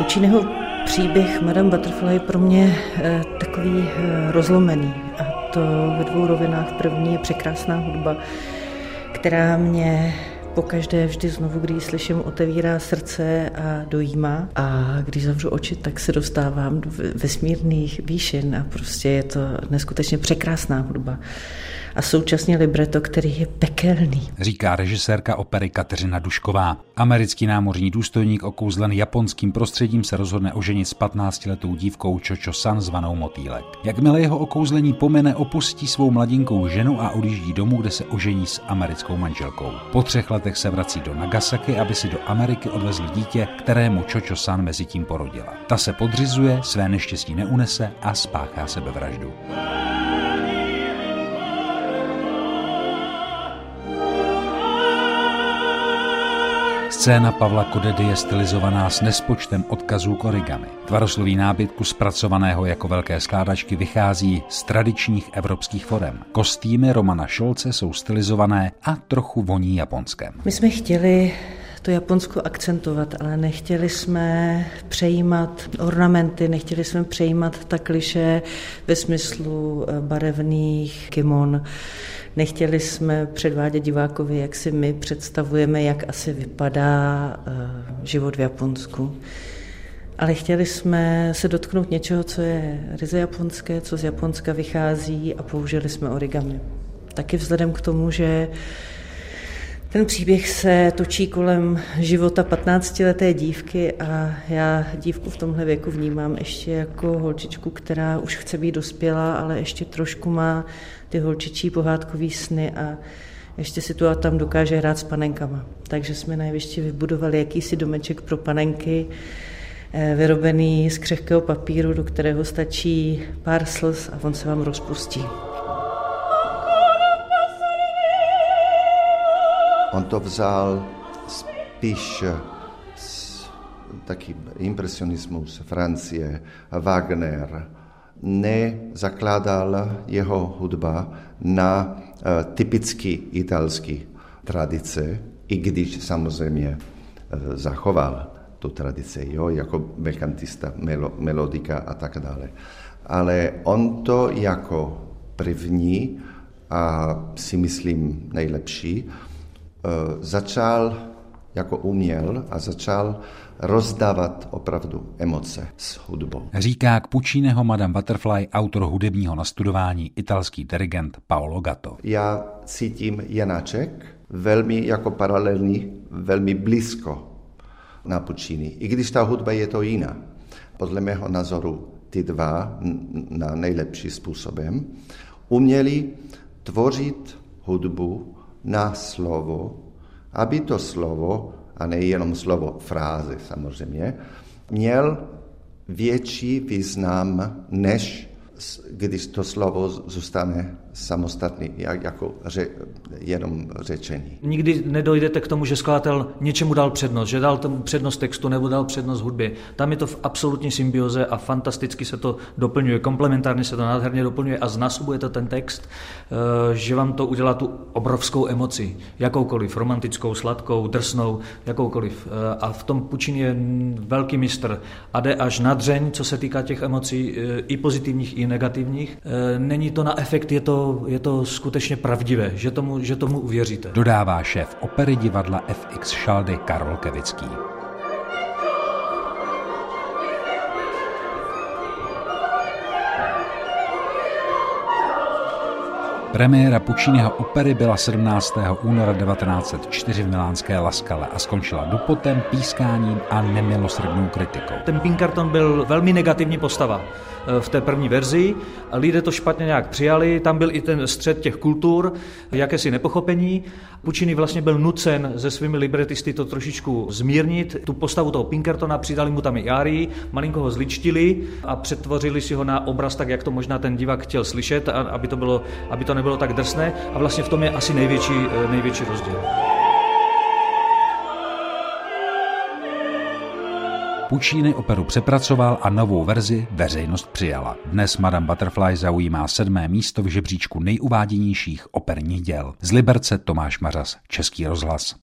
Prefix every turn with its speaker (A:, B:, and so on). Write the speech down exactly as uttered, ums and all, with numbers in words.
A: Pucciniho příběh Madame Butterfly je pro mě e, takový e, rozlomený. A to ve dvou rovinách. První je překrásná hudba, která mě pokaždé vždy znovu, když ji slyším, otevírá srdce a dojímá. A když zavřu oči, tak se dostávám do vesmírných výšin a prostě je to neskutečně překrásná hudba. A současně libreto, který je pekelný.
B: Říká režisérka opery Kateřina Dušková. Americký námořní důstojník okouzlen japonským prostředím se rozhodne oženit s patnáctiletou dívkou Čo-Čo-san zvanou Motýlek. Jakmile jeho okouzlení pomine, opustí svou mladinkou ženu a odjíždí domů, kde se ožení s americkou manželkou. Po třech letech se vrací do Nagasaki, aby si do Ameriky odvezli dítě, kterému Čo-Čo-san mezi tím porodila. Ta se podřizuje, své neštěstí neunese a spáchá sebevraždu. Scéna Pavla Kodedy je stylizovaná s nespočtem odkazů k origami. Tvarosloví nábytku zpracovaného jako velké skládačky vychází z tradičních evropských forem. Kostýmy Romana Šolce jsou stylizované a trochu voní japonskem.
A: My jsme chtěli to Japonsko akcentovat, ale nechtěli jsme přejímat ornamenty, nechtěli jsme přejímat ta klišé ve smyslu barevných kimon. Nechtěli jsme předvádět divákovi, jak si my představujeme, jak asi vypadá život v Japonsku. Ale chtěli jsme se dotknout něčeho, co je ryze japonské, co z Japonska vychází, a použili jsme origami. Taky vzhledem k tomu, že ten příběh se točí kolem života patnáctileté dívky a já dívku v tomhle věku vnímám ještě jako holčičku, která už chce být dospělá, ale ještě trošku má ty holčičí pohádkový sny a ještě si tu a tam dokáže hrát s panenkama. Takže jsme na jevišti vybudovali jakýsi domeček pro panenky, vyrobený z křehkého papíru, do kterého stačí pár slz a on se vám rozpustí.
C: On to vzal spíš z taký impresionismus Francie, Wagner. Nezakládal jeho hudba na uh, typicky italský tradice, i když samozřejmě uh, zachoval tu tradici, jo, jako belcantista, melo, melodika a tak dále. Ale on to jako první a si myslím nejlepší začal jako uměl a začal rozdávat opravdu emoce s hudbou.
B: Říká k Pucciniho Madame Butterfly autor hudebního nastudování italský dirigent Paolo Gatto.
C: Já cítím Janáček velmi jako paralelní, velmi blízko na Puccini, i když ta hudba je to jiná. Podle mého názoru ty dva na nejlepší způsobem uměli tvořit hudbu na slovo, aby to slovo, a nejenom slovo, fráze samozřejmě, měl větší význam, než když to slovo zůstane samostatný, jako ře, jenom řečení.
D: Nikdy nedojdete k tomu, že skladatel něčemu dal přednost, že dal tomu přednost textu nebo dal přednost hudbě. Tam je to v absolutní symbioze a fantasticky se to doplňuje, komplementárně se to nádherně doplňuje a znásobuje to ten text, že vám to udělá tu obrovskou emoci, jakoukoliv, romantickou, sladkou, drsnou, jakoukoliv. A v tom Puccini je velký mistr a jde až na dřeň, co se týká těch emocí, i pozitivních, i negativních. Není to na efekt, je to Je to skutečně pravdivé, že tomu, že tomu uvěříte.
B: Dodává šéf opery divadla F X Šaldy Karol Kevický. Premiéra Pucciniho opery byla sedmnáctého února devatenáct set čtyři v milánské La Scale a skončila dupotem, pískáním a nemilosrdnou kritikou.
D: Ten Pinkerton byl velmi negativní postava v té první verzi a lidé to špatně nějak přijali, tam byl i ten střet těch kultur, jakési nepochopení. Puccini vlastně byl nucen se svými libretisty to trošičku zmírnit, tu postavu toho Pinkertona, přidali mu tam i árii, malinko ho zličtili a přetvořili si ho na obraz tak, jak to možná ten divák chtěl slyšet, aby to bylo, aby to nebylo tak drsné, a vlastně v tom je asi největší, největší rozdíl.
B: Puccini operu přepracoval a novou verzi veřejnost přijala. Dnes Madame Butterfly zaujímá sedmé místo v žebříčku nejuváděnějších operních děl. Z Liberce Tomáš Mařas, Český rozhlas.